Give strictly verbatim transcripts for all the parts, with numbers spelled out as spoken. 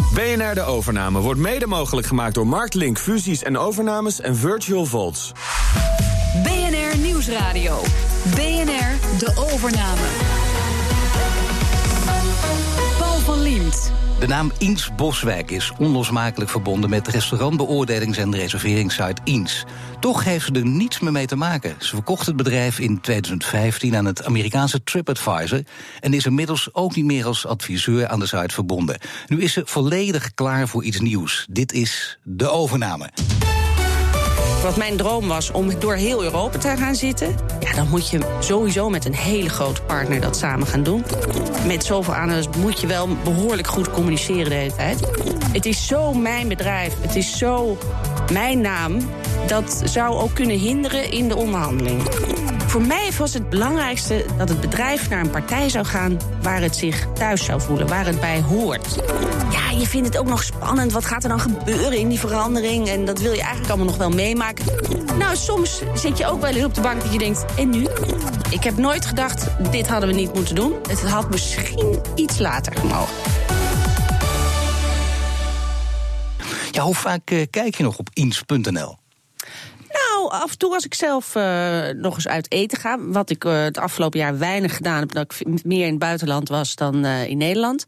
B N R De Overname wordt mede mogelijk gemaakt door Marktlink Fusies en Overnames en Virtual Vaults. B N R Nieuwsradio. B N R De Overname. Paul van Liemt. De naam Eens Boswijk is onlosmakelijk verbonden met de restaurantbeoordelings- en reserveringssite Eens. Toch heeft ze er niets meer mee te maken. Ze verkocht het bedrijf in twintig vijftien aan het Amerikaanse TripAdvisor en is inmiddels ook niet meer als adviseur aan de site verbonden. Nu is ze volledig klaar voor iets nieuws. Dit is De Overname. Wat mijn droom was om door heel Europa te gaan zitten, ja, dan moet je sowieso met een hele grote partner dat samen gaan doen. Met zoveel aandeelhouders moet je wel behoorlijk goed communiceren de hele tijd. Het is zo mijn bedrijf, het is zo mijn naam, dat zou ook kunnen hinderen in de onderhandeling. Voor mij was het belangrijkste dat het bedrijf naar een partij zou gaan waar het zich thuis zou voelen, waar het bij hoort. Ja, je vindt het ook nog spannend. Wat gaat er dan gebeuren in die verandering? En dat wil je eigenlijk allemaal nog wel meemaken. Nou, soms zit je ook wel op de bank dat je denkt, en nu? Ik heb nooit gedacht, dit hadden we niet moeten doen. Het had misschien iets later gemogen. Ja, hoe vaak uh, kijk je nog op eens punt n l? Nou, af en toe als ik zelf uh, nog eens uit eten ga, wat ik uh, het afgelopen jaar weinig gedaan heb, dat ik meer in het buitenland was dan uh, in Nederland.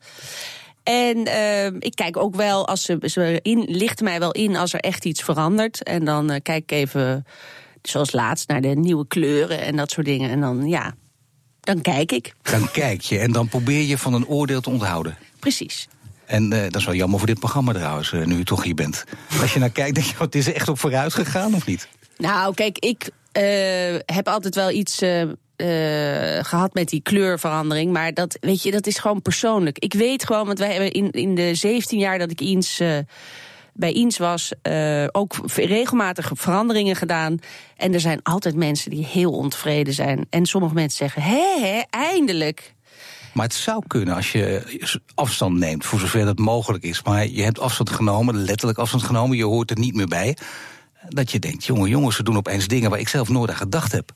En uh, ik kijk ook wel, als ze, ze in, lichten mij wel in als er echt iets verandert. En dan uh, kijk ik even, zoals laatst, naar de nieuwe kleuren en dat soort dingen. En dan, ja, dan kijk ik. Dan kijk je en dan probeer je van een oordeel te onthouden. Precies. En uh, dat is wel jammer voor dit programma trouwens, uh, nu je toch hier bent. Als je naar kijkt, denk je, wat is er echt op vooruit gegaan of niet? Nou, kijk, ik uh, heb altijd wel iets uh, uh, gehad met die kleurverandering. Maar dat, weet je, dat is gewoon persoonlijk. Ik weet gewoon, want wij hebben in, in de zeventien jaar dat ik eens, uh, bij Eens was, uh, ook regelmatig veranderingen gedaan. En er zijn altijd mensen die heel ontevreden zijn. En sommige mensen zeggen, hé, hé, eindelijk. Maar het zou kunnen als je afstand neemt, voor zover dat mogelijk is. Maar je hebt afstand genomen, letterlijk afstand genomen, je hoort er niet meer bij. Dat je denkt, jongen, jongens, ze doen opeens dingen waar ik zelf nooit aan gedacht heb.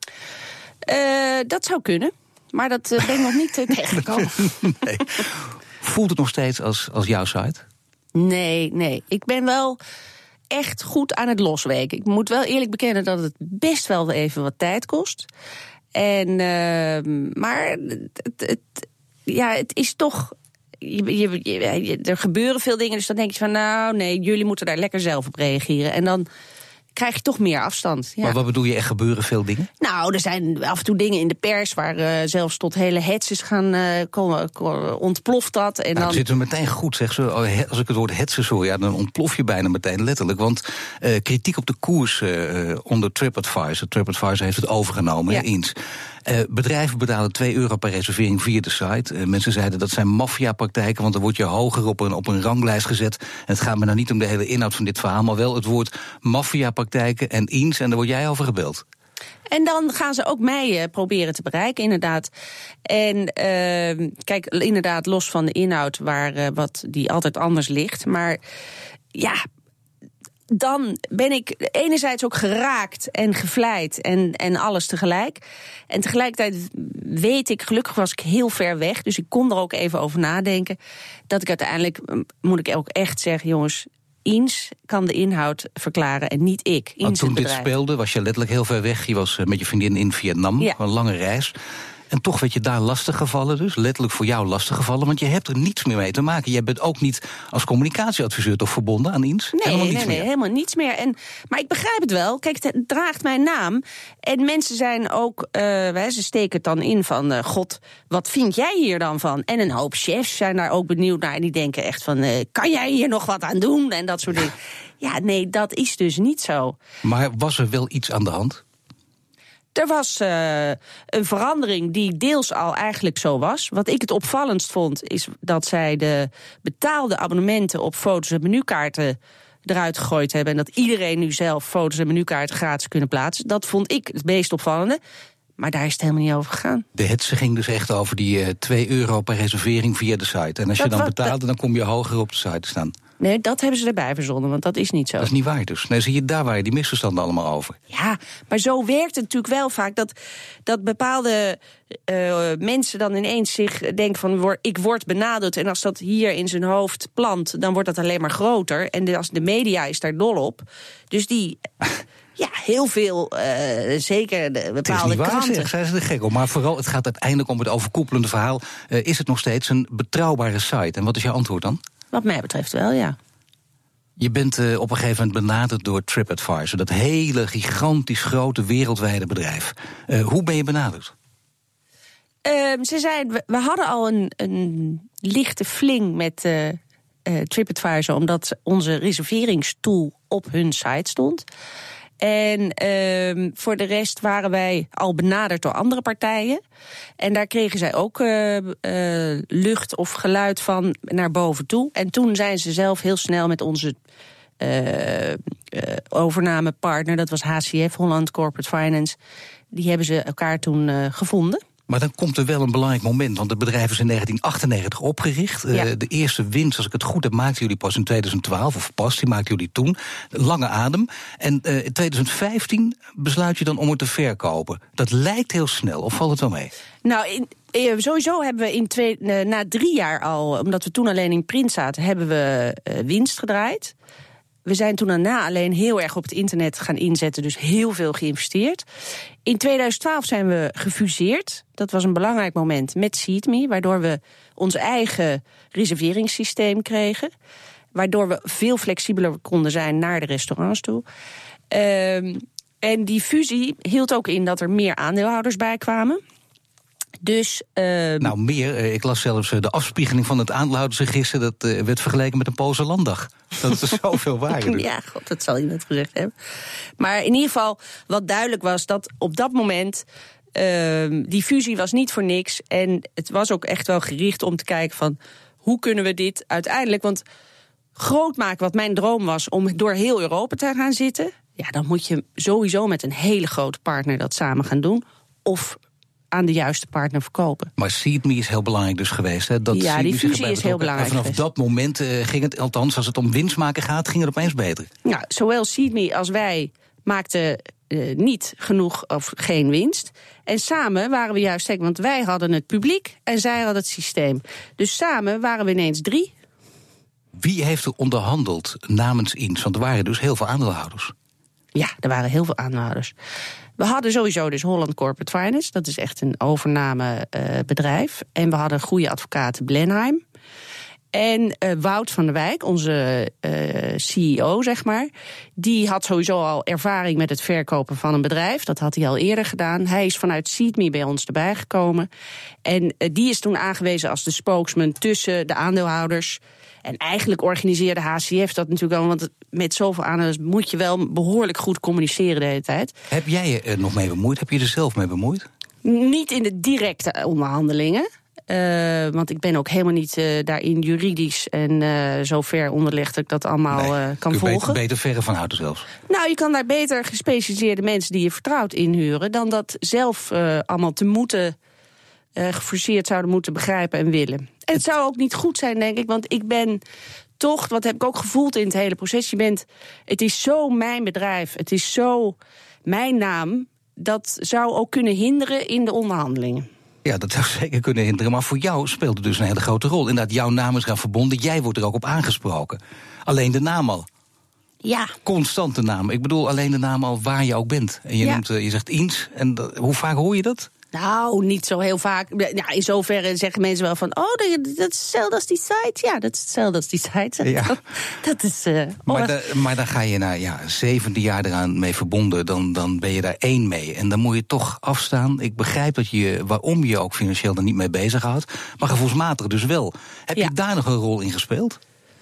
Uh, dat zou kunnen, maar dat uh, ben ik nog niet uh, tegengekomen. Nee. Voelt het nog steeds als, als jouw site? Nee, nee. Ik ben wel echt goed aan het losweken. Ik moet wel eerlijk bekennen dat het best wel even wat tijd kost. En, uh, maar het, het, ja, het is toch. Je, je, je, er gebeuren veel dingen, dus dan denk je van, nou nee, jullie moeten daar lekker zelf op reageren. En dan krijg je toch meer afstand. Ja. Maar wat bedoel je, echt gebeuren veel dingen? Nou, er zijn af en toe dingen in de pers waar uh, zelfs tot hele hetses gaan uh, komen, komen, ontploft dat. En nou, dan dan zitten we meteen goed, zeg ze. Als ik het woord hetsen hoor, ja, dan ontplof je bijna meteen letterlijk. Want uh, kritiek op de koers uh, onder TripAdvisor. TripAdvisor heeft het overgenomen, ja. Eens. Uh, bedrijven betalen twee euro per reservering via de site. Uh, mensen zeiden dat zijn maffiapraktijken, want dan word je hoger op een, op een ranglijst gezet. En het gaat me nou niet om de hele inhoud van dit verhaal, maar wel het woord maffiapraktijken en Eens, en daar word jij over gebeld. En dan gaan ze ook mij uh, proberen te bereiken, inderdaad. En uh, kijk, inderdaad, los van de inhoud, waar uh, wat die altijd anders ligt. Maar ja, dan ben ik enerzijds ook geraakt en gevleid en, en alles tegelijk. En tegelijkertijd weet ik, gelukkig was ik heel ver weg, dus ik kon er ook even over nadenken, dat ik uiteindelijk, moet ik ook echt zeggen, jongens, Eens kan de inhoud verklaren en niet ik. Want toen dit speelde, was je letterlijk heel ver weg. Je was met je vriendin in Vietnam, ja. Een lange reis. En toch werd je daar lastig gevallen, dus letterlijk voor jou lastig gevallen, want je hebt er niets meer mee te maken. Je bent ook niet als communicatieadviseur toch verbonden aan Eens? Nee, helemaal nee, niets nee, meer. helemaal niets meer. En, maar ik begrijp het wel. Kijk, het draagt mijn naam. En mensen zijn ook, uh, ze steken het dan in van, uh, god, wat vind jij hier dan van? En een hoop chefs zijn daar ook benieuwd naar en die denken echt van, uh, kan jij hier nog wat aan doen? En dat soort dingen. Ja, nee, dat is dus niet zo. Maar was er wel iets aan de hand? Er was uh, een verandering die deels al eigenlijk zo was. Wat ik het opvallendst vond, is dat zij de betaalde abonnementen op foto's en menukaarten eruit gegooid hebben. En dat iedereen nu zelf foto's en menukaarten gratis kunnen plaatsen. Dat vond ik het meest opvallende. Maar daar is het helemaal niet over gegaan. De hetze ging dus echt over die uh, twee euro per reservering via de site. En als dat je dan betaalde, dan kom je hoger op de site te staan. Nee, dat hebben ze erbij verzonnen, want dat is niet zo. Dat is niet waar dus. Nee, zie je, daar waren die misverstanden allemaal over. Ja, maar zo werkt het natuurlijk wel vaak. Dat, dat bepaalde uh, mensen dan ineens zich denken van... ik word benaderd en als dat hier in zijn hoofd plant... dan wordt dat alleen maar groter. En de, als de media is daar dol op. Dus die... Ja, heel veel, uh, zeker de bepaalde het is niet waar, kranten. Zeg, zijn ze er gek op. Maar vooral, het gaat uiteindelijk om het overkoepelende verhaal. Uh, is het nog steeds een betrouwbare site? En wat is jouw antwoord dan? Wat mij betreft wel, ja. Je bent uh, op een gegeven moment benaderd door TripAdvisor. Dat hele gigantisch grote wereldwijde bedrijf. Uh, hoe ben je benaderd? Uh, ze zijn, we, we hadden al een, een lichte fling met uh, uh, TripAdvisor... omdat onze reserveringstool op hun site stond... En uh, voor de rest waren wij al benaderd door andere partijen. En daar kregen zij ook uh, uh, lucht of geluid van naar boven toe. En toen zijn ze zelf heel snel met onze uh, uh, overnamepartner... dat was H C F, Holland Corporate Finance... die hebben ze elkaar toen uh, gevonden. Maar dan komt er wel een belangrijk moment, want het bedrijf is in negentien achtennegentig opgericht. Ja. Uh, de eerste winst, als ik het goed heb, maakten jullie pas in tweeduizend twaalf, of pas, die maakten jullie toen. Lange adem. En uh, in tweeduizend vijftien besluit je dan om het te verkopen. Dat lijkt heel snel, of valt het wel mee? Nou, in, sowieso hebben we in twee, uh, na drie jaar al, omdat we toen alleen in print zaten, hebben we uh, winst gedraaid. We zijn toen daarna alleen heel erg op het internet gaan inzetten, dus heel veel geïnvesteerd. In tweeduizend twaalf zijn we gefuseerd. Dat was een belangrijk moment met SeatMe, waardoor we ons eigen reserveringssysteem kregen. Waardoor we veel flexibeler konden zijn naar de restaurants toe. Uh, en die fusie hield ook in dat er meer aandeelhouders bij kwamen. Dus, uh, nou, meer. Ik las zelfs de afspiegeling van het aandeelhoudersregister. Dat uh, werd vergeleken met een Poolse landdag. Dat is er zoveel waren. Dus. Ja, god, dat zal iemand gezegd hebben. Maar in ieder geval, wat duidelijk was, dat op dat moment... Uh, die fusie was niet voor niks. En het was ook echt wel gericht om te kijken van... hoe kunnen we dit uiteindelijk... want groot maken, wat mijn droom was, om door heel Europa te gaan zitten... ja, dan moet je sowieso met een hele grote partner dat samen gaan doen. Of aan de juiste partner verkopen. Maar SeatMe is heel belangrijk dus geweest. Hè? Dat ja, die fusie is heel belangrijk vanaf geweest. dat moment uh, ging het, althans als het om winst maken gaat, ging het opeens beter. Nou, zowel SeatMe als wij maakten uh, niet genoeg of geen winst. En samen waren we juist sterk, want wij hadden het publiek en zij hadden het systeem. Dus samen waren we ineens drie. Wie heeft er onderhandeld namens Ins? Want er waren dus heel veel aandeelhouders. Ja, er waren heel veel aandeelhouders. We hadden sowieso dus Holland Corporate Finance. Dat is echt een overnamebedrijf. Uh, en we hadden goede advocaten Blenheim. En uh, Wout van der Wijk, onze uh, C E O, zeg maar... die had sowieso al ervaring met het verkopen van een bedrijf. Dat had hij al eerder gedaan. Hij is vanuit SeatMe bij ons erbij gekomen. En uh, die is toen aangewezen als de spokesman tussen de aandeelhouders... En eigenlijk organiseerde H C F dat natuurlijk wel... want met zoveel aandeelhouders moet je wel behoorlijk goed communiceren de hele tijd. Heb jij je er nog mee bemoeid? Heb je er zelf mee bemoeid? Niet in de directe onderhandelingen. Uh, want ik ben ook helemaal niet uh, daarin juridisch en uh, zo ver onderlegd dat ik dat allemaal nee, uh, kan kun je volgen. Beter, beter verre van houden zelfs. Nou, je kan daar beter gespecialiseerde mensen die je vertrouwt inhuren... dan dat zelf uh, allemaal te moeten... Uh, geforceerd zouden moeten begrijpen en willen. En het zou ook niet goed zijn, denk ik, want ik ben toch, wat heb ik ook gevoeld in het hele proces, je bent, het is zo mijn bedrijf, het is zo mijn naam, dat zou ook kunnen hinderen in de onderhandelingen. Ja, dat zou zeker kunnen hinderen, maar voor jou speelt het dus een hele grote rol. Inderdaad, jouw naam is eraan verbonden, jij wordt er ook op aangesproken. Alleen de naam al. Ja. Constante naam. Ik bedoel, alleen de naam al waar je ook bent. En je, ja. noemt, uh, je zegt Ins, en dat, hoe vaak hoor je dat? Nou, niet zo heel vaak. Ja, in zoverre zeggen mensen wel van... oh, dat is hetzelfde als die site. Ja, dat is hetzelfde als die site. Ja. Dat is... Uh, maar, de, maar dan ga je na ja, zevende jaar eraan mee verbonden. Dan, dan ben je daar één mee. En dan moet je toch afstaan. Ik begrijp dat je, waarom je ook financieel er niet mee bezighoudt. Maar gevoelsmatig dus wel. Heb ja. je daar nog een rol in gespeeld?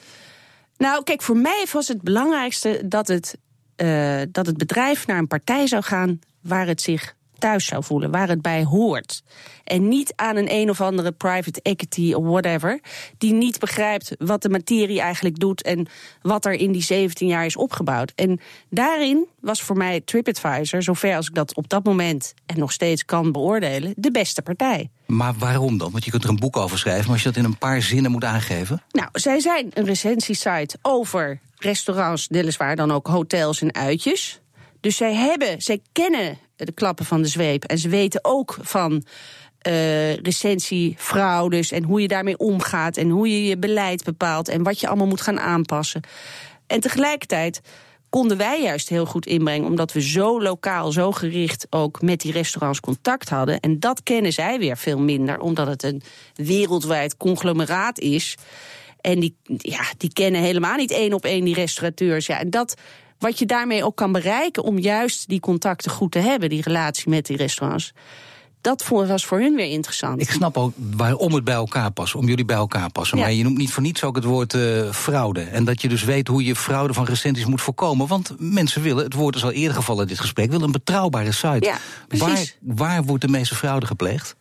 Nou, kijk, voor mij was het belangrijkste dat het, uh, dat het bedrijf naar een partij zou gaan... waar het zich thuis zou voelen, waar het bij hoort. En niet aan een een of andere private equity of whatever, die niet begrijpt wat de materie eigenlijk doet en wat er in die zeventien jaar is opgebouwd. En daarin was voor mij TripAdvisor, zover als ik dat op dat moment en nog steeds kan beoordelen, de beste partij. Maar waarom dan? Want je kunt er een boek over schrijven, maar als je dat in een paar zinnen moet aangeven. Nou, zij zijn een recensiesite over restaurants, weliswaar dan ook hotels en uitjes. Dus zij hebben, zij kennen de klappen van de zweep en ze weten ook van Uh, recensiefraudes en hoe je daarmee omgaat en hoe je je beleid bepaalt en wat je allemaal moet gaan aanpassen. En tegelijkertijd konden wij juist heel goed inbrengen, omdat we zo lokaal, zo gericht ook met die restaurants contact hadden. En dat kennen zij weer veel minder, omdat het een wereldwijd conglomeraat is. En die, ja, die kennen helemaal niet één op één die restaurateurs. Ja, en dat, wat je daarmee ook kan bereiken om juist die contacten goed te hebben, die relatie met die restaurants, dat was voor hun weer interessant. Ik snap ook waarom het bij elkaar past, om jullie bij elkaar passen. Ja. Maar je noemt niet voor niets ook het woord uh, fraude. En dat je dus weet hoe je fraude van recensies moet voorkomen. Want mensen willen, het woord is al eerder gevallen in dit gesprek, willen een betrouwbare site. Ja, precies. Waar, waar wordt de meeste fraude gepleegd?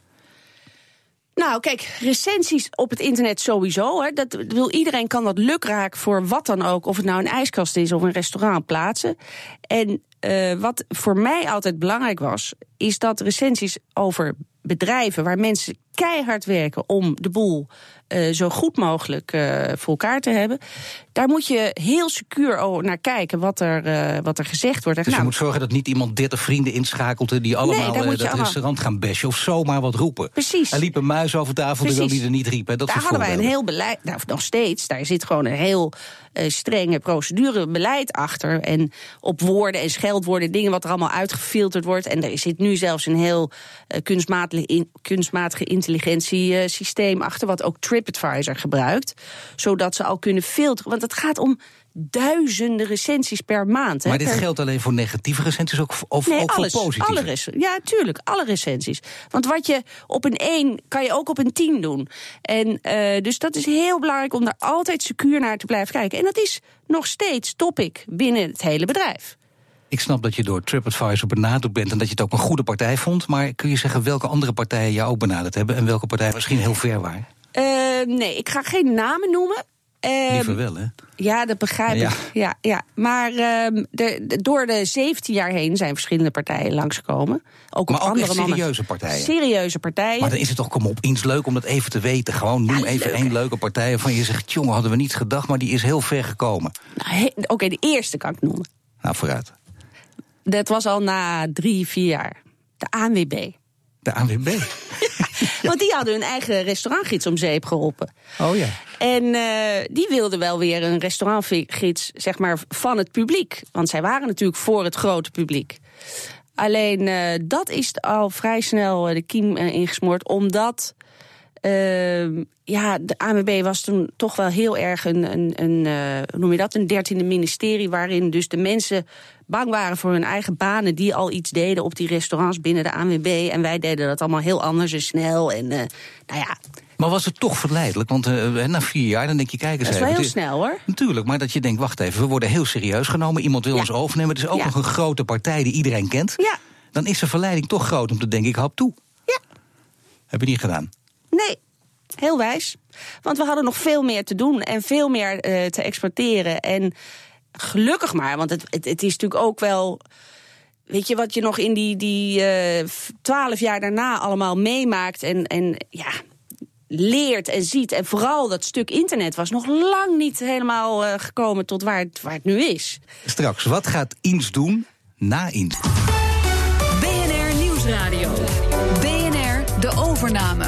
Nou, kijk, recensies op het internet sowieso. Hè, dat wil iedereen kan dat lukraak voor wat dan ook, of het nou een ijskast is of een restaurant, plaatsen. En uh, wat voor mij altijd belangrijk was, is dat recensies over bedrijven waar mensen keihard werken om de boel uh, zo goed mogelijk uh, voor elkaar te hebben, daar moet je heel secuur naar kijken wat er, uh, wat er gezegd wordt. Dus nou, je moet zorgen dat niet iemand dertig vrienden inschakelt die allemaal nee, uh, dat allemaal restaurant gaan bashen of zomaar wat roepen. Precies. Er liep een muis over tafel terwijl die er niet riep. Hè. Dat daar hadden wij een heel beleid, nou, nog steeds, daar zit gewoon een heel uh, strenge procedurebeleid achter. En op woorden en scheldwoorden, dingen wat er allemaal uitgefilterd wordt. En er zit nu zelfs een heel uh, kunstmatige, in, kunstmatige intelligentiesysteem achter, wat ook TripAdvisor gebruikt, zodat ze al kunnen filteren. Want het gaat om duizenden recensies per maand. Hè, maar dit per... geldt alleen voor negatieve recensies of, of nee, ook alles, voor positieve? Alle rec- ja, tuurlijk, alle recensies. Want wat je op een één kan je ook op een tien doen. En uh, dus dat is heel belangrijk om daar altijd secuur naar te blijven kijken. En dat is nog steeds topic binnen het hele bedrijf. Ik snap dat je door TripAdvisor benaderd bent en dat je het ook een goede partij vond. Maar kun je zeggen welke andere partijen jou ook benaderd hebben en welke partijen misschien heel ver waren? Uh, nee, ik ga geen namen noemen. Uh, Liever wel, hè? Ja, dat begrijp ja. ik. Ja, ja. Maar uh, de, de, door de zeventien jaar heen zijn verschillende partijen langsgekomen. Ook maar op ook andere echt serieuze mannen. partijen? Serieuze partijen. Maar dan is het toch, kom op, eens leuk om dat even te weten. Gewoon noem ja, even één leuke partij waarvan je zegt, jongen, hadden we niet gedacht, maar die is heel ver gekomen. Nou, Oké, okay, de eerste kan ik noemen. Nou, vooruit. Dat was al na drie, vier jaar. De A N W B. De A N W B? Ja, want die hadden hun eigen restaurantgids om zeep geholpen. Oh ja. En uh, die wilden wel weer een restaurantgids, zeg maar, van het publiek. Want zij waren natuurlijk voor het grote publiek. Alleen uh, dat is al vrij snel de kiem uh, ingesmoord, omdat Uh, ja, de A N W B was toen toch wel heel erg een, een, een uh, hoe noem je dat, een dertiende ministerie, waarin dus de mensen bang waren voor hun eigen banen die al iets deden op die restaurants binnen de A N W B. En wij deden dat allemaal heel anders en snel. En uh, nou ja. Maar was het toch verleidelijk? Want uh, na vier jaar, dan denk je, kijk eens even. Dat is wel heel snel, hoor. Natuurlijk, maar dat je denkt, wacht even, we worden heel serieus genomen. Iemand wil ja. ons overnemen. Het is ook ja. nog een grote partij die iedereen kent. Ja. Dan is de verleiding toch groot om te denken, ik hap toe. Ja. Heb je niet gedaan? Nee, heel wijs. Want we hadden nog veel meer te doen en veel meer uh, te exporteren. En gelukkig maar, want het, het, het is natuurlijk ook wel, weet je, wat je nog in die, die twaalf uh, jaar daarna allemaal meemaakt en, en ja, leert en ziet. En vooral dat stuk internet was nog lang niet helemaal uh, gekomen tot waar het, waar het nu is. Straks, wat gaat Ins doen na Ins? B N R Nieuwsradio. B N R, de overname.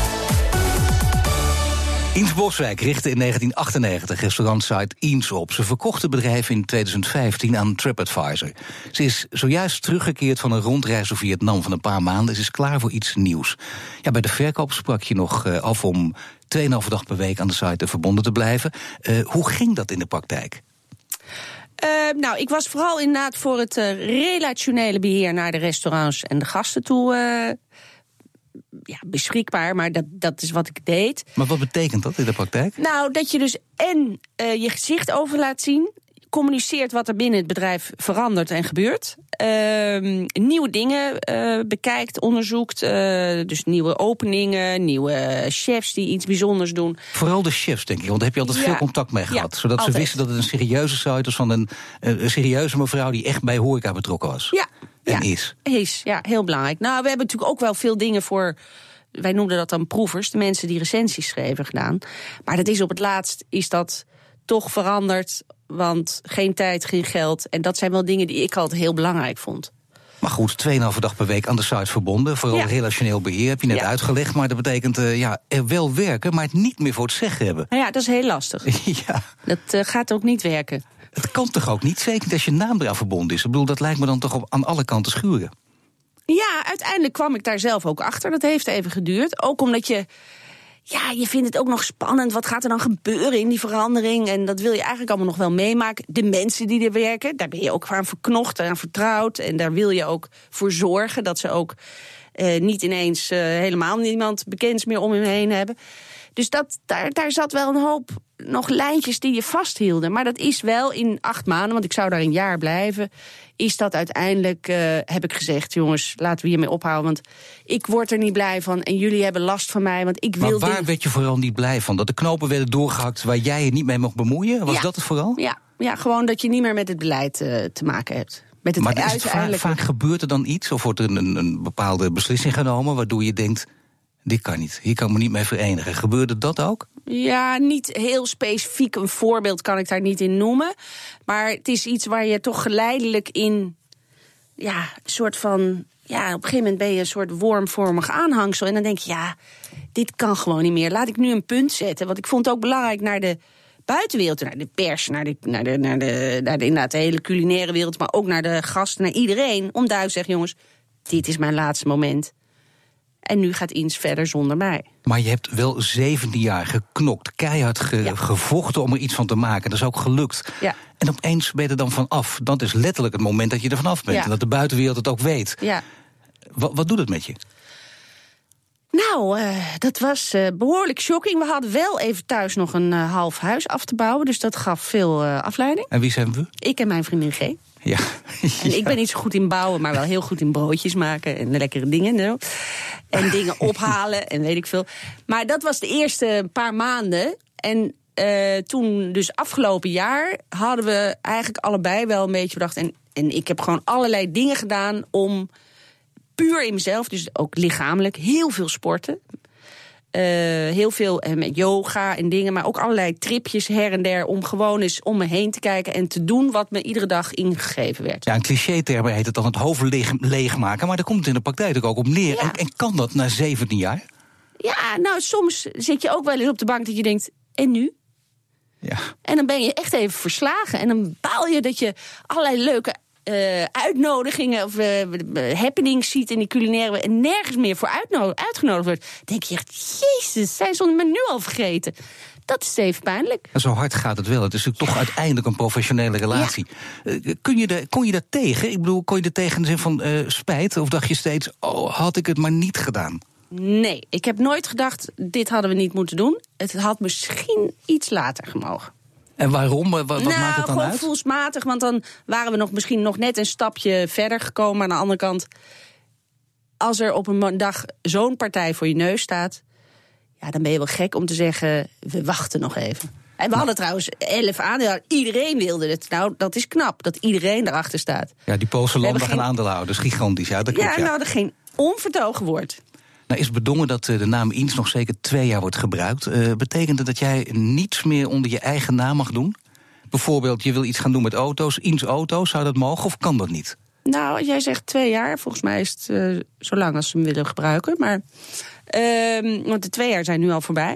Ins Boswijk richtte in negentien achtennegentig restaurantsite Ins op. Ze verkocht het bedrijf in twintig vijftien aan TripAdvisor. Ze is zojuist teruggekeerd van een rondreis door Vietnam van een paar maanden. Ze is klaar voor iets nieuws. Ja, bij de verkoop sprak je nog uh, af om tweeënhalve dag per week aan de site verbonden te blijven. Uh, hoe ging dat in de praktijk? Uh, nou, ik was vooral inderdaad voor het uh, relationele beheer naar de restaurants en de gasten toe Uh, ja, beschikbaar, maar dat, dat is wat ik deed. Maar wat betekent dat in de praktijk? Nou, dat je dus en uh, je gezicht over laat zien, communiceert wat er binnen het bedrijf verandert en gebeurt. Uh, nieuwe dingen uh, bekijkt, onderzoekt. Uh, dus nieuwe openingen, nieuwe chefs die iets bijzonders doen. Vooral de chefs, denk ik, want daar heb je altijd ja. veel contact mee gehad. Ja, zodat altijd. ze wisten dat het een serieuze site was van een, een serieuze mevrouw die echt bij horeca betrokken was. Ja, en ja. is. Is, ja, heel belangrijk. Nou, we hebben natuurlijk ook wel veel dingen voor, wij noemden dat dan proevers, de mensen die recensies schreven, gedaan. Maar dat is op het laatst, is dat toch veranderd, want geen tijd, geen geld. En dat zijn wel dingen die ik altijd heel belangrijk vond. Maar goed, tweeënhalve dag per week aan de site verbonden. Vooral ja. relationeel beheer, heb je net ja. uitgelegd. Maar dat betekent uh, ja, er wel werken, maar het niet meer voor het zeggen hebben. Nou ja, dat is heel lastig. ja. Dat uh, gaat ook niet werken. Het kan toch ook niet? Zeker niet als je naam eraan verbonden is. Ik bedoel, dat lijkt me dan toch op, aan alle kanten schuren. Ja, uiteindelijk kwam ik daar zelf ook achter. Dat heeft even geduurd. Ook omdat je... Ja, je vindt het ook nog spannend. Wat gaat er dan gebeuren in die verandering? En dat wil je eigenlijk allemaal nog wel meemaken. De mensen die er werken, daar ben je ook aan verknocht en aan vertrouwd. En daar wil je ook voor zorgen dat ze ook uh, niet ineens uh, helemaal niemand bekends meer om hem heen hebben. Dus dat, daar, daar zat wel een hoop nog lijntjes die je vasthielden. Maar dat is wel in acht maanden, want ik zou daar een jaar blijven, is dat uiteindelijk, uh, heb ik gezegd, jongens, laten we hiermee ophouden. Want ik word er niet blij van en jullie hebben last van mij. Want ik wil. Maar waar dit... werd je vooral niet blij van? Dat de knopen werden doorgehakt waar jij je niet mee mocht bemoeien? Was ja. dat het vooral? Ja. ja, gewoon dat je niet meer met het beleid uh, te maken hebt. Met het maar is het vaak, vaak gebeurt er dan iets? Of wordt er een, een bepaalde beslissing genomen waardoor je denkt, dit kan niet, hier kan ik me niet mee verenigen. Gebeurde dat ook? Ja, niet heel specifiek een voorbeeld kan ik daar niet in noemen. Maar het is iets waar je toch geleidelijk in, ja, een soort van, ja, op een gegeven moment ben je een soort wormvormig aanhangsel. En dan denk je, ja, dit kan gewoon niet meer. Laat ik nu een punt zetten. Want ik vond het ook belangrijk naar de buitenwereld, naar de pers, naar de, naar de, naar de, naar de, inderdaad de hele culinaire wereld, maar ook naar de gasten, naar iedereen, om duidelijk te zeggen, jongens, dit is mijn laatste moment. En nu gaat Ins verder zonder mij. Maar je hebt wel zeventien jaar geknokt, keihard ge- ja. gevochten om er iets van te maken. Dat is ook gelukt. Ja. En opeens ben je er dan van af. Dat is letterlijk het moment dat je er vanaf bent. Ja. En dat de buitenwereld het ook weet. Ja. Wat, wat doet het met je? Nou, uh, dat was uh, behoorlijk shocking. We hadden wel even thuis nog een uh, half huis af te bouwen. Dus dat gaf veel uh, afleiding. En wie zijn we? Ik en mijn vriendin G. Ja. En ja. ik ben niet zo goed in bouwen, maar wel heel goed in broodjes maken en lekkere dingen. Zo. En dingen ophalen en weet ik veel. Maar dat was de eerste paar maanden. En uh, toen, dus afgelopen jaar, hadden we eigenlijk allebei wel een beetje bedacht. En, en ik heb gewoon allerlei dingen gedaan om puur in mezelf, dus ook lichamelijk, heel veel sporten. Uh, heel veel uh, met yoga en dingen, maar ook allerlei tripjes her en der om gewoon eens om me heen te kijken en te doen wat me iedere dag ingegeven werd. Ja, een cliché-term heet het dan het hoofd leeg, leegmaken, maar daar komt het in de praktijk ook op neer. Ja. En, en kan dat na zeventien jaar? Ja, nou, soms zit je ook wel eens op de bank dat je denkt, en nu? Ja. En dan ben je echt even verslagen en dan baal je dat je allerlei leuke Uh, uitnodigingen of uh, happenings ziet in die culinaire en nergens meer voor uitno- uitgenodigd wordt. Denk je echt, jezus, zijn ze me nu al vergeten? Dat is even pijnlijk. En zo hard gaat het wel. Het is natuurlijk toch uiteindelijk een professionele relatie. Ja. Uh, kun je de, kon je daar tegen? Ik bedoel, kon je er tegen in de zin van uh, spijt? Of dacht je steeds, oh, had ik het maar niet gedaan? Nee, ik heb nooit gedacht, dit hadden we niet moeten doen. Het had misschien iets later gemogen. En waarom? Wat, wat nou, maakt het dan gewoon uit? Gevoelsmatig, want dan waren we nog misschien nog net een stapje verder gekomen. Maar aan de andere kant, als er op een dag zo'n partij voor je neus staat, ja, dan ben je wel gek om te zeggen, we wachten nog even. En we nou. hadden trouwens elf aandeelhouders. Iedereen wilde het. Nou, dat is knap, dat iedereen erachter staat. Ja, die Poolse landen gaan geen... aandeelhouders, gigantisch. Ja, dat klopt, ja, ja. nou, er geen onvertogen woord. Nou, is bedongen dat de naam Ins nog zeker twee jaar wordt gebruikt. Uh, betekent dat dat jij niets meer onder je eigen naam mag doen? Bijvoorbeeld, je wil iets gaan doen met auto's, Ins Auto's, zou dat mogen of kan dat niet? Nou, als jij zegt twee jaar, volgens mij is het uh, zo lang als ze hem willen gebruiken. Maar, uh, want de twee jaar zijn nu al voorbij.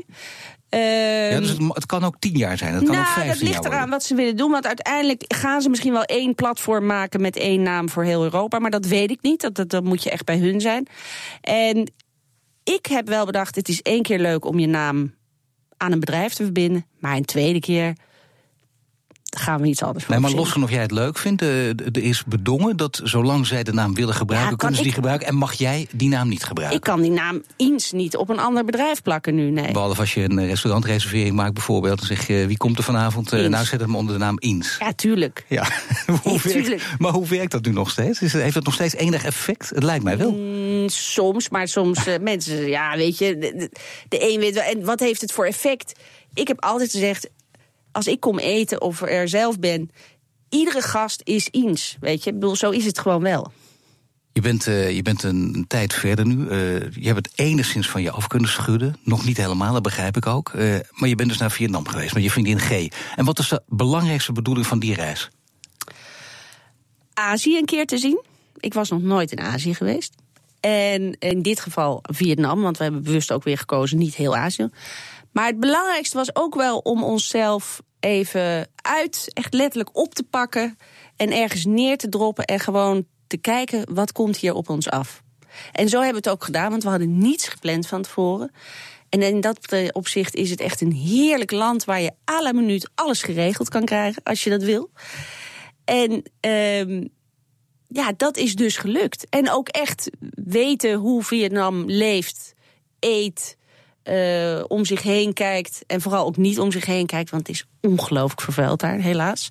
Uh, ja, dus het, het kan ook tien jaar zijn, het kan nou, ook vijftien jaar dat ligt eraan wat ze willen doen. Want uiteindelijk gaan ze misschien wel één platform maken met één naam voor heel Europa. Maar dat weet ik niet, dat, dat, dat moet je echt bij hun zijn. En ik heb wel bedacht, het is één keer leuk om je naam aan een bedrijf te verbinden. Maar een tweede keer, daar gaan we iets anders voor Nee, maar verzinnen. los van of jij het leuk vindt, uh, er is bedongen dat zolang zij de naam willen gebruiken, Ja, kunnen ze die ik... gebruiken. En mag jij die naam niet gebruiken? Ik kan die naam Eens niet op een ander bedrijf plakken nu, nee. Behalve als je een restaurantreservering maakt bijvoorbeeld, dan zeg je, wie komt er vanavond? Uh, nou, zet hem onder de naam Eens. Ja, tuurlijk. Ja, hoe Ja, werkt, tuurlijk. maar hoe werkt dat nu nog steeds? Is, heeft het nog steeds enig effect? Het lijkt mij wel. Mm, soms, maar soms uh, mensen, ja, weet je, de, de, de een weet wel. En wat heeft het voor effect? Ik heb altijd gezegd, als ik kom eten of er zelf ben, iedere gast is Eens, weet je. Ik bedoel, zo is het gewoon wel. Je bent, uh, je bent een, een tijd verder nu. Uh, je hebt het enigszins van je af kunnen schudden. Nog niet helemaal, dat begrijp ik ook. Uh, maar je bent dus naar Vietnam geweest met je vriendin G. En wat is de belangrijkste bedoeling van die reis? Azië een keer te zien. Ik was nog nooit in Azië geweest. En in dit geval Vietnam, want we hebben bewust ook weer gekozen niet heel Azië. Maar het belangrijkste was ook wel om onszelf even uit, echt letterlijk op te pakken en ergens neer te droppen en gewoon te kijken wat komt hier op ons af. En zo hebben we het ook gedaan, want we hadden niets gepland van tevoren. En in dat opzicht is het echt een heerlijk land waar je à la minuut alles geregeld kan krijgen als je dat wil. En um, ja, dat is dus gelukt. En ook echt weten hoe Vietnam leeft, eet, uh, om zich heen kijkt. En vooral ook niet om zich heen kijkt, want het is ongelooflijk vervuild daar, helaas.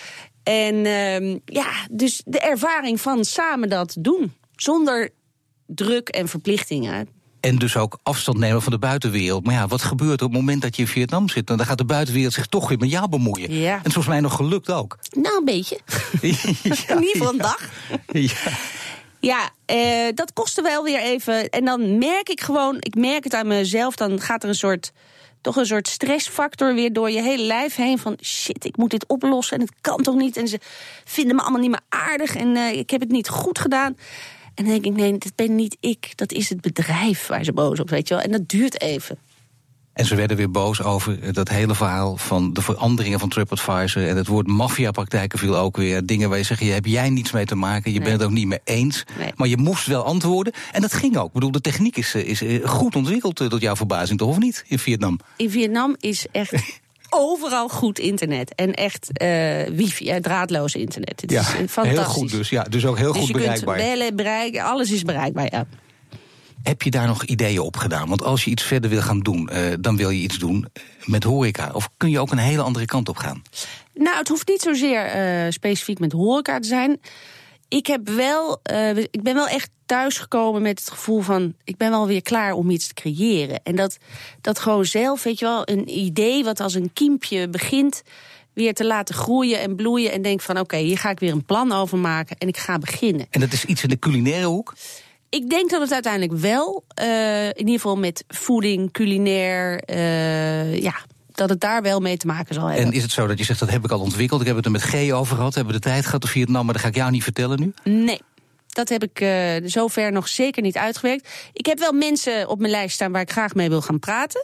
En uh, ja, dus de ervaring van samen dat doen, zonder druk en verplichtingen. En dus ook afstand nemen van de buitenwereld. Maar ja, wat gebeurt er op het moment dat je in Vietnam zit? Dan gaat de buitenwereld zich toch weer met jou bemoeien. Ja. En volgens mij nog gelukt ook. Nou, een beetje. Ja, in ieder geval een ja. dag. Ja, ja uh, dat kostte wel weer even. En dan merk ik gewoon, ik merk het aan mezelf, dan gaat er een soort, toch een soort stressfactor weer door je hele lijf heen. Van shit, ik moet dit oplossen en het kan toch niet. En ze vinden me allemaal niet meer aardig en uh, ik heb het niet goed gedaan. En dan denk ik, nee, dat ben niet ik. Dat is het bedrijf waar ze boos op, weet je wel. En dat duurt even. En ze werden weer boos over dat hele verhaal van de veranderingen van TripAdvisor. En het woord maffiapraktijken viel ook weer. Dingen waar je zegt, je heb jij niets mee te maken. Je Nee. bent het ook niet mee eens. Nee. Maar je moest wel antwoorden. En dat ging ook. Ik bedoel, de techniek is, is goed ontwikkeld, tot jouw verbazing toch, of niet? In Vietnam. In Vietnam is echt overal goed internet. En echt uh, wifi, ja, draadloos internet. Het Ja, is fantastisch. heel goed dus. Ja, dus ook heel dus goed je bereikbaar. kunt bellen, bereiken, alles is bereikbaar, ja. Heb je daar nog ideeën op gedaan? Want als je iets verder wil gaan doen, uh, dan wil je iets doen met horeca. Of kun je ook een hele andere kant op gaan? Nou, het hoeft niet zozeer uh, specifiek met horeca te zijn. Ik heb wel, uh, ik ben wel echt thuisgekomen met het gevoel van, ik ben wel weer klaar om iets te creëren. En dat, dat gewoon zelf, weet je wel, een idee wat als een kiempje begint, weer te laten groeien en bloeien. En denk van, oké, okay, hier ga ik weer een plan over maken en ik ga beginnen. En dat is iets in de culinaire hoek? Ik denk dat het uiteindelijk wel, uh, in ieder geval met voeding, culinair, uh, ja, dat het daar wel mee te maken zal hebben. En is het zo dat je zegt, dat heb ik al ontwikkeld, ik heb het er met G over gehad, hebben we de tijd gehad of Vietnam, maar dat ga ik jou niet vertellen nu? Nee, dat heb ik uh, zover nog zeker niet uitgewerkt. Ik heb wel mensen op mijn lijst staan waar ik graag mee wil gaan praten.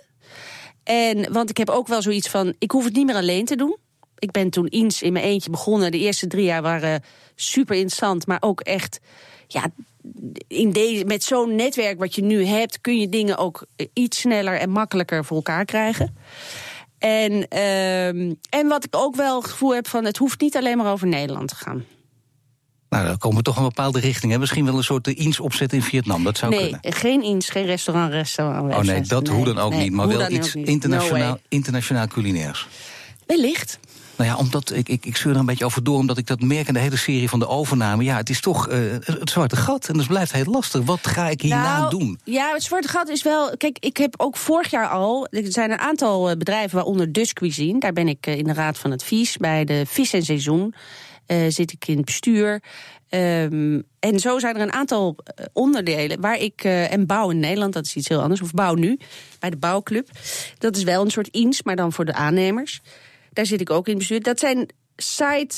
En, want ik heb ook wel zoiets van, ik hoef het niet meer alleen te doen. Ik ben toen eens in mijn eentje begonnen. De eerste drie jaar waren super interessant, maar ook echt, ja, in deze, met zo'n netwerk wat je nu hebt, kun je dingen ook iets sneller en makkelijker voor elkaar krijgen. En, uh, en wat ik ook wel het gevoel heb van, het hoeft niet alleen maar over Nederland te gaan. Nou, dan komen we toch een bepaalde richting. Hè? Misschien wel een soort Eens opzet in Vietnam, dat zou nee, kunnen. Nee, geen Eens, geen restaurant, restaurant. Oh nee, dat nee, hoe dan ook nee, niet, maar wel iets niet. internationaal, No internationaal culinairs. Wellicht. Nou ja, omdat ik, ik, ik zeur er een beetje over door, omdat ik dat merk in de hele serie van de overname. Ja, het is toch uh, het zwarte gat en dat blijft heel lastig. Wat ga ik hierna nou, doen? Ja, het zwarte gat is wel. Kijk, ik heb ook vorig jaar al. Er zijn een aantal bedrijven, waaronder Dutch Cuisine. Daar ben ik in de raad van advies. Bij de Vis en Seizoen uh, zit ik in het bestuur. Um, en zo zijn er een aantal onderdelen waar ik. Uh, en Bouw in Nederland, dat is iets heel anders. Of Bouw Nu, bij de Bouwclub. Dat is wel een soort Eens, maar dan voor de aannemers. Daar zit ik ook in het bestuur. Dat zijn side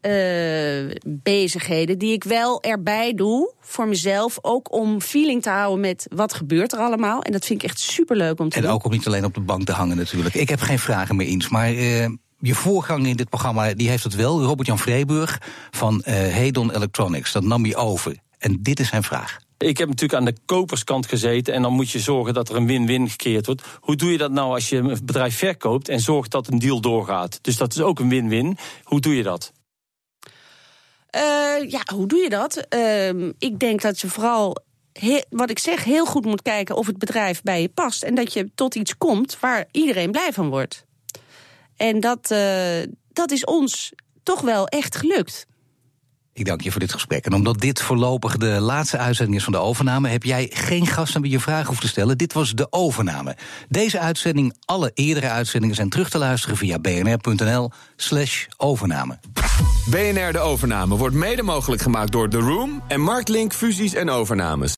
uh, bezigheden die ik wel erbij doe voor mezelf. Ook om feeling te houden met wat gebeurt er allemaal. En dat vind ik echt superleuk om te en doen. En ook om niet alleen op de bank te hangen natuurlijk. Ik heb geen vragen meer Eens, maar uh, je voorganger in dit programma die heeft het wel. Robert-Jan Vreeburg van uh, Hedon Electronics. Dat nam je over. En dit is zijn vraag. Ik heb natuurlijk aan de koperskant gezeten en dan moet je zorgen dat er een win-win gecreëerd wordt. Hoe doe je dat nou als je een bedrijf verkoopt en zorgt dat een deal doorgaat? Dus dat is ook een win-win. Hoe doe je dat? Uh, ja, hoe doe je dat? Uh, ik denk dat je vooral, he- wat ik zeg, heel goed moet kijken of het bedrijf bij je past. En dat je tot iets komt waar iedereen blij van wordt. En dat, uh, dat is ons toch wel echt gelukt. Ik dank je voor dit gesprek. En omdat dit voorlopig de laatste uitzending is van de overname, heb jij geen gast aan wie je vragen hoeft te stellen. Dit was de overname. Deze uitzending, alle eerdere uitzendingen zijn terug te luisteren via bnr.nl slash overname. B N R De Overname wordt mede mogelijk gemaakt door The Room en Marktlink Fusies en Overnames.